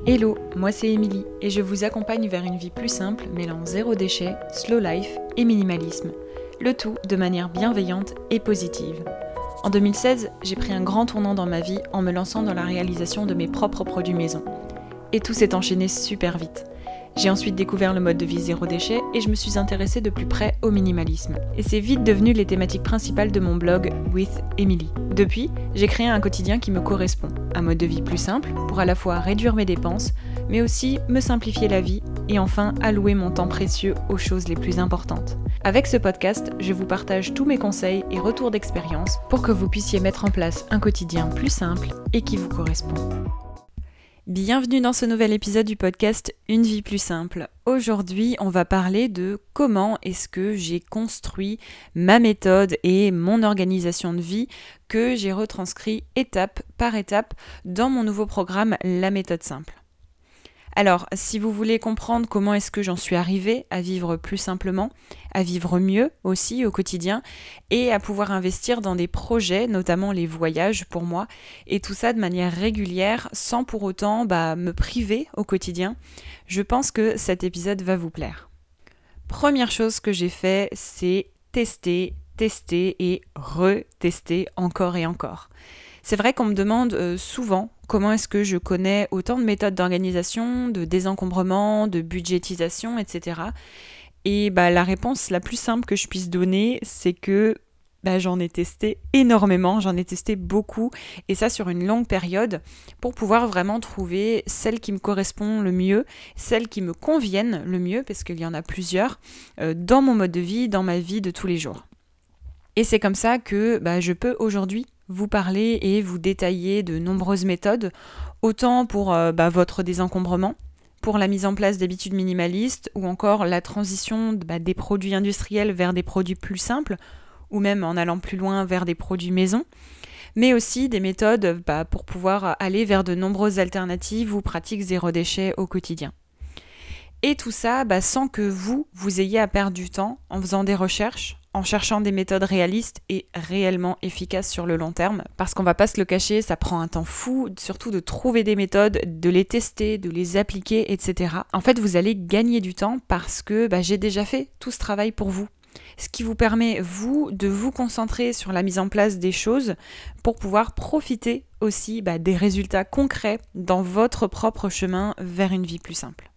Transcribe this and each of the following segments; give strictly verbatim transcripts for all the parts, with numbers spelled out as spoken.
Hello, moi c'est Émilie et je vous accompagne vers une vie plus simple mêlant zéro déchet, slow life et minimalisme. Le tout de manière bienveillante et positive. En deux mille seize, j'ai pris un grand tournant dans ma vie en me lançant dans la réalisation de mes propres produits maison. Et tout s'est enchaîné super vite. J'ai ensuite découvert le mode de vie zéro déchet et je me suis intéressée de plus près au minimalisme. Et c'est vite devenu les thématiques principales de mon blog With Emily. Depuis, j'ai créé un quotidien qui me correspond. Un mode de vie plus simple pour à la fois réduire mes dépenses, mais aussi me simplifier la vie et enfin allouer mon temps précieux aux choses les plus importantes. Avec ce podcast, je vous partage tous mes conseils et retours d'expérience pour que vous puissiez mettre en place un quotidien plus simple et qui vous correspond. Bienvenue dans ce nouvel épisode du podcast Une vie plus simple. Aujourd'hui, on va parler de comment est-ce que j'ai construit ma méthode et mon organisation de vie que j'ai retranscrit étape par étape dans mon nouveau programme La méthode simple. Alors, si vous voulez comprendre comment est-ce que j'en suis arrivée à vivre plus simplement, à vivre mieux aussi au quotidien et à pouvoir investir dans des projets, notamment les voyages pour moi, et tout ça de manière régulière sans pour autant bah, me priver au quotidien, je pense que cet épisode va vous plaire. Première chose que j'ai fait, c'est tester, tester et retester encore et encore. C'est vrai qu'on me demande euh, souvent comment est-ce que je connais autant de méthodes d'organisation, de désencombrement, de budgétisation, et cetera. Et bah, la réponse la plus simple que je puisse donner, c'est que bah, j'en ai testé énormément, j'en ai testé beaucoup, et ça sur une longue période, pour pouvoir vraiment trouver celle qui me correspond le mieux, celle qui me convienne le mieux, parce qu'il y en a plusieurs, euh, dans mon mode de vie, dans ma vie de tous les jours. Et c'est comme ça que bah, je peux aujourd'hui vous parler et vous détailler de nombreuses méthodes, autant pour euh, bah, votre désencombrement, pour la mise en place d'habitudes minimalistes, ou encore la transition bah, des produits industriels vers des produits plus simples, ou même en allant plus loin vers des produits maison, mais aussi des méthodes bah, pour pouvoir aller vers de nombreuses alternatives ou pratiques zéro déchet au quotidien. Et tout ça bah, sans que vous, vous ayez à perdre du temps en faisant des recherches, en cherchant des méthodes réalistes et réellement efficaces sur le long terme. Parce qu'on va pas se le cacher, ça prend un temps fou, surtout de trouver des méthodes, de les tester, de les appliquer, et cetera. En fait, vous allez gagner du temps parce que bah, j'ai déjà fait tout ce travail pour vous. Ce qui vous permet, vous, de vous concentrer sur la mise en place des choses pour pouvoir profiter aussi bah, des résultats concrets dans votre propre chemin vers une vie plus simple.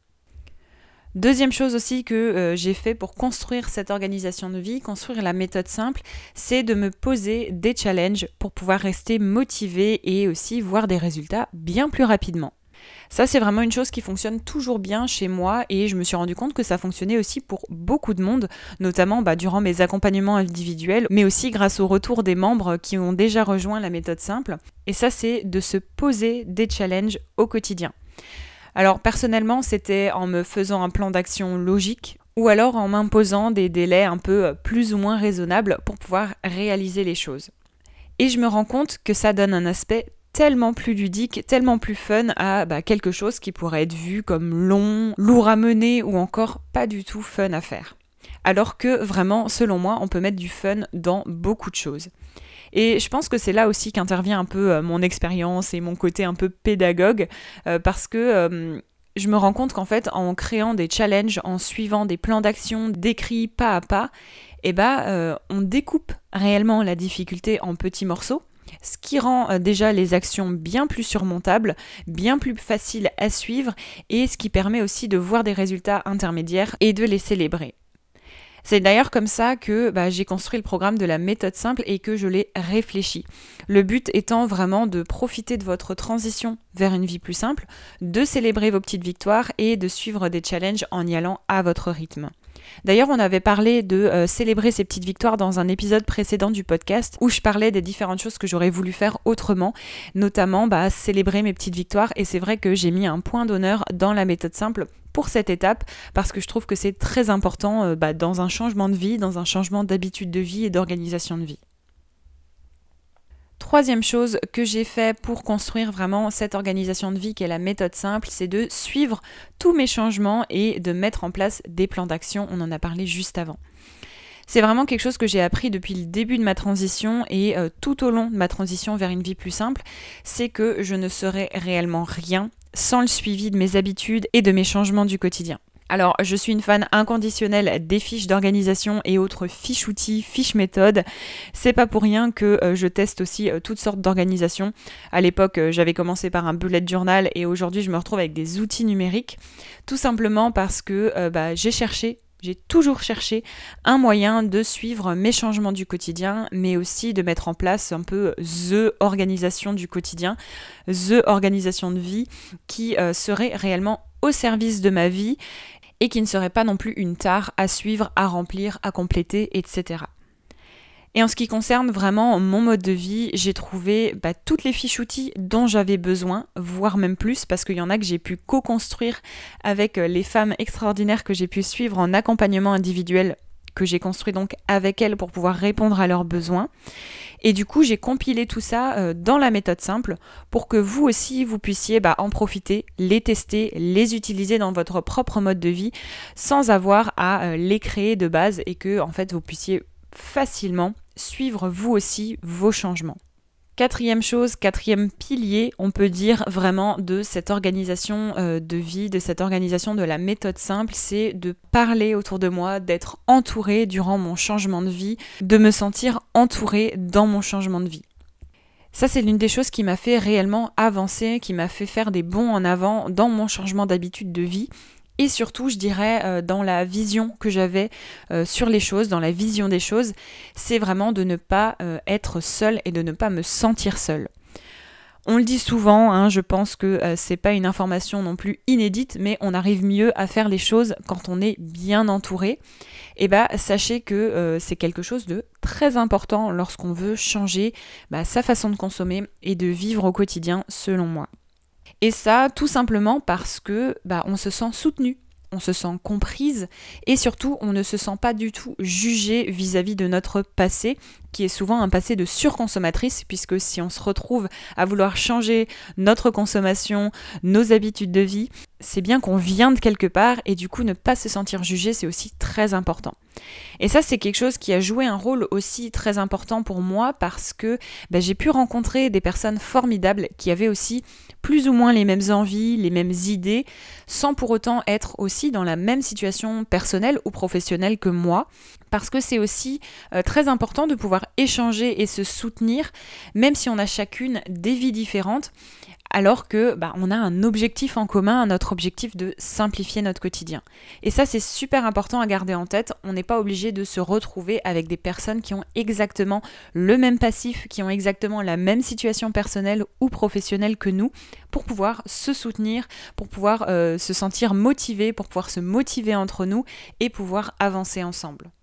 Deuxième chose aussi que euh, j'ai fait pour construire cette organisation de vie, construire la méthode simple, c'est de me poser des challenges pour pouvoir rester motivée et aussi voir des résultats bien plus rapidement. Ça, c'est vraiment une chose qui fonctionne toujours bien chez moi et je me suis rendu compte que ça fonctionnait aussi pour beaucoup de monde, notamment bah, durant mes accompagnements individuels, mais aussi grâce au retour des membres qui ont déjà rejoint la méthode simple. Et ça, c'est de se poser des challenges au quotidien. Alors personnellement, c'était en me faisant un plan d'action logique ou alors en m'imposant des délais un peu plus ou moins raisonnables pour pouvoir réaliser les choses. Et je me rends compte que ça donne un aspect tellement plus ludique, tellement plus fun à bah, quelque chose qui pourrait être vu comme long, lourd à mener ou encore pas du tout fun à faire. Alors que vraiment, selon moi, on peut mettre du fun dans beaucoup de choses. Et je pense que c'est là aussi qu'intervient un peu euh, mon expérience et mon côté un peu pédagogue, euh, parce que euh, je me rends compte qu'en fait, en créant des challenges, en suivant des plans d'action décrits pas à pas, eh ben, euh, on découpe réellement la difficulté en petits morceaux, ce qui rend euh, déjà les actions bien plus surmontables, bien plus faciles à suivre, et ce qui permet aussi de voir des résultats intermédiaires et de les célébrer. C'est d'ailleurs comme ça que bah, j'ai construit le programme de la méthode simple et que je l'ai réfléchi. Le but étant vraiment de profiter de votre transition vers une vie plus simple, de célébrer vos petites victoires et de suivre des challenges en y allant à votre rythme. D'ailleurs, on avait parlé de euh, célébrer ces petites victoires dans un épisode précédent du podcast où je parlais des différentes choses que j'aurais voulu faire autrement, notamment bah, célébrer mes petites victoires, et c'est vrai que j'ai mis un point d'honneur dans la méthode simple pour cette étape parce que je trouve que c'est très important euh, bah, dans un changement de vie, dans un changement d'habitude de vie et d'organisation de vie. Troisième chose que j'ai fait pour construire vraiment cette organisation de vie qui est la méthode simple, c'est de suivre tous mes changements et de mettre en place des plans d'action. On en a parlé juste avant. C'est vraiment quelque chose que j'ai appris depuis le début de ma transition et euh, tout au long de ma transition vers une vie plus simple, c'est que je ne serais réellement rien sans le suivi de mes habitudes et de mes changements du quotidien. Alors, je suis une fan inconditionnelle des fiches d'organisation et autres fiches outils, fiches méthodes. C'est pas pour rien que euh, je teste aussi euh, toutes sortes d'organisations. À l'époque, euh, j'avais commencé par un bullet journal et aujourd'hui, je me retrouve avec des outils numériques. Tout simplement parce que euh, bah, j'ai cherché J'ai toujours cherché un moyen de suivre mes changements du quotidien, mais aussi de mettre en place un peu the organisation du quotidien, the organisation de vie qui euh, serait réellement au service de ma vie et qui ne serait pas non plus une tare à suivre, à remplir, à compléter, et cetera. Et en ce qui concerne vraiment mon mode de vie, j'ai trouvé bah, toutes les fiches outils dont j'avais besoin, voire même plus, parce qu'il y en a que j'ai pu co-construire avec les femmes extraordinaires que j'ai pu suivre en accompagnement individuel, que j'ai construit donc avec elles pour pouvoir répondre à leurs besoins. Et du coup, j'ai compilé tout ça euh, dans la méthode simple pour que vous aussi, vous puissiez bah, en profiter, les tester, les utiliser dans votre propre mode de vie sans avoir à euh, les créer de base et que en fait, vous puissiez facilement suivre vous aussi vos changements. Quatrième chose, quatrième pilier, on peut dire vraiment de cette organisation euh, de vie, de cette organisation de la méthode simple, c'est de parler autour de moi, d'être entourée durant mon changement de vie, de me sentir entourée dans mon changement de vie. Ça, c'est l'une des choses qui m'a fait réellement avancer, qui m'a fait faire des bonds en avant dans mon changement d'habitude de vie. Et surtout, je dirais, euh, dans la vision que j'avais euh, sur les choses, dans la vision des choses, c'est vraiment de ne pas euh, être seule et de ne pas me sentir seule. On le dit souvent, hein, je pense que euh, c'est pas une information non plus inédite, mais on arrive mieux à faire les choses quand on est bien entouré. Et bah, sachez que euh, c'est quelque chose de très important lorsqu'on veut changer bah, sa façon de consommer et de vivre au quotidien, selon moi. Et ça, tout simplement parce que bah, on se sent soutenu, on se sent comprise et surtout, on ne se sent pas du tout jugé vis-à-vis de notre passé, qui est souvent un passé de surconsommatrice, puisque si on se retrouve à vouloir changer notre consommation, nos habitudes de vie, c'est bien qu'on vient de quelque part et du coup, ne pas se sentir jugé, c'est aussi très important. Et ça, c'est quelque chose qui a joué un rôle aussi très important pour moi parce que bah, j'ai pu rencontrer des personnes formidables qui avaient aussi plus ou moins les mêmes envies, les mêmes idées, sans pour autant être aussi dans la même situation personnelle ou professionnelle que moi, parce que c'est aussi euh, très important de pouvoir échanger et se soutenir, même si on a chacune des vies différentes, alors que bah, on a un objectif en commun, notre objectif de simplifier notre quotidien. Et ça, c'est super important à garder en tête. On n'est pas obligé de se retrouver avec des personnes qui ont exactement le même passif, qui ont exactement la même situation personnelle ou professionnelle que nous, pour pouvoir se soutenir, pour pouvoir euh, se sentir motivé, pour pouvoir se motiver entre nous et pouvoir avancer ensemble.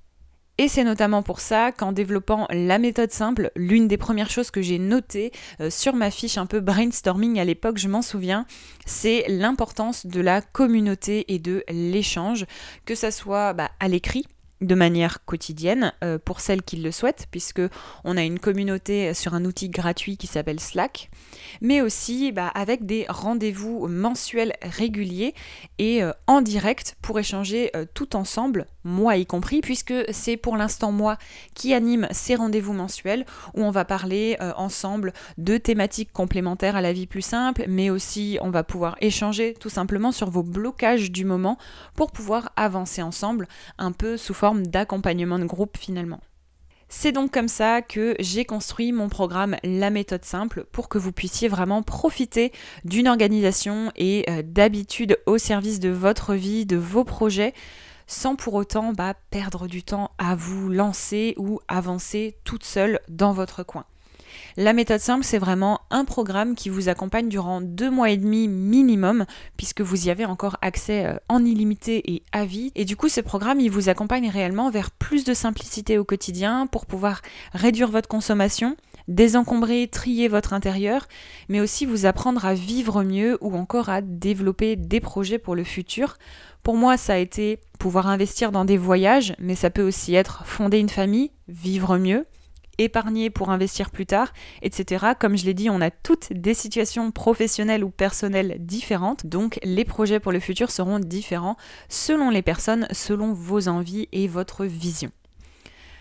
Et c'est notamment pour ça qu'en développant la méthode simple, l'une des premières choses que j'ai notées euh, sur ma fiche un peu brainstorming à l'époque, je m'en souviens, c'est l'importance de la communauté et de l'échange, que ça soit bah, à l'écrit, de manière quotidienne euh, pour celles qui le souhaitent, puisque on a une communauté sur un outil gratuit qui s'appelle Slack, mais aussi bah, avec des rendez-vous mensuels réguliers et euh, en direct pour échanger euh, tout ensemble, moi y compris, puisque c'est pour l'instant moi qui anime ces rendez-vous mensuels où on va parler euh, ensemble de thématiques complémentaires à la vie plus simple, mais aussi on va pouvoir échanger tout simplement sur vos blocages du moment pour pouvoir avancer ensemble un peu sous forme d'accompagnement de groupe finalement. C'est donc comme ça que j'ai construit mon programme La méthode simple pour que vous puissiez vraiment profiter d'une organisation et euh, d'habitudes au service de votre vie, de vos projets, sans pour autant bah, perdre du temps à vous lancer ou avancer toute seule dans votre coin. La méthode simple, c'est vraiment un programme qui vous accompagne durant deux mois et demi minimum, puisque vous y avez encore accès en illimité et à vie. Et du coup, ce programme, il vous accompagne réellement vers plus de simplicité au quotidien pour pouvoir réduire votre consommation, désencombrer, trier votre intérieur, mais aussi vous apprendre à vivre mieux ou encore à développer des projets pour le futur. Pour moi, ça a été pouvoir investir dans des voyages, mais ça peut aussi être fonder une famille, vivre mieux, épargner pour investir plus tard, et cetera. Comme je l'ai dit, on a toutes des situations professionnelles ou personnelles différentes, donc les projets pour le futur seront différents selon les personnes, selon vos envies et votre vision.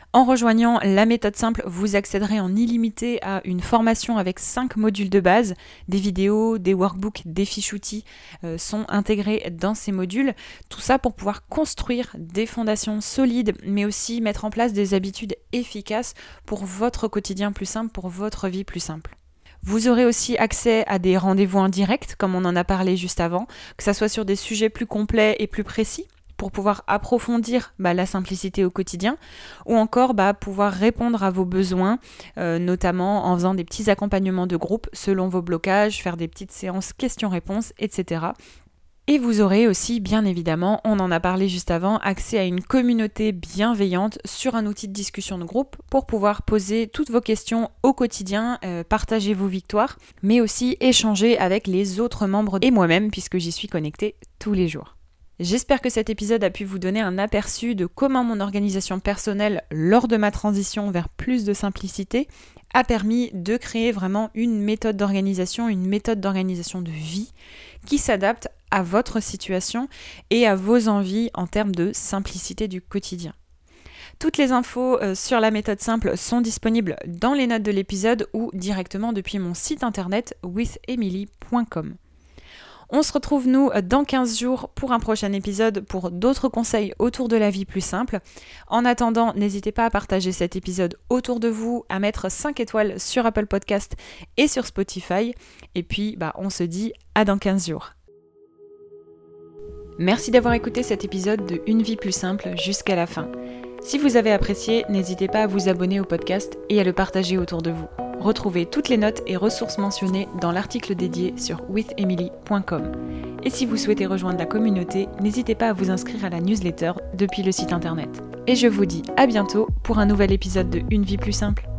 En rejoignant la méthode simple, vous accéderez en illimité à une formation avec cinq modules de base. Des vidéos, des workbooks, des fiches outils euh, sont intégrés dans ces modules. Tout ça pour pouvoir construire des fondations solides, mais aussi mettre en place des habitudes efficaces pour votre quotidien plus simple, pour votre vie plus simple. Vous aurez aussi accès à des rendez-vous en direct, comme on en a parlé juste avant, que ce soit sur des sujets plus complets et plus précis, pour pouvoir approfondir bah, la simplicité au quotidien, ou encore bah, pouvoir répondre à vos besoins, euh, notamment en faisant des petits accompagnements de groupe selon vos blocages, faire des petites séances questions-réponses, et cetera. Et vous aurez aussi, bien évidemment, on en a parlé juste avant, accès à une communauté bienveillante sur un outil de discussion de groupe pour pouvoir poser toutes vos questions au quotidien, euh, partager vos victoires, mais aussi échanger avec les autres membres et moi-même, puisque j'y suis connectée tous les jours. J'espère que cet épisode a pu vous donner un aperçu de comment mon organisation personnelle, lors de ma transition vers plus de simplicité, a permis de créer vraiment une méthode d'organisation, une méthode d'organisation de vie qui s'adapte à votre situation et à vos envies en termes de simplicité du quotidien. Toutes les infos sur la méthode simple sont disponibles dans les notes de l'épisode ou directement depuis mon site internet with emily point com. On se retrouve nous dans quinze jours pour un prochain épisode pour d'autres conseils autour de la vie plus simple. En attendant, n'hésitez pas à partager cet épisode autour de vous, à mettre cinq étoiles sur Apple Podcast et sur Spotify. Et puis, bah, on se dit à dans quinze jours. Merci d'avoir écouté cet épisode de Une vie plus simple jusqu'à la fin. Si vous avez apprécié, n'hésitez pas à vous abonner au podcast et à le partager autour de vous. Retrouvez toutes les notes et ressources mentionnées dans l'article dédié sur with emily point com. Et si vous souhaitez rejoindre la communauté, n'hésitez pas à vous inscrire à la newsletter depuis le site internet. Et je vous dis à bientôt pour un nouvel épisode de Une vie plus simple.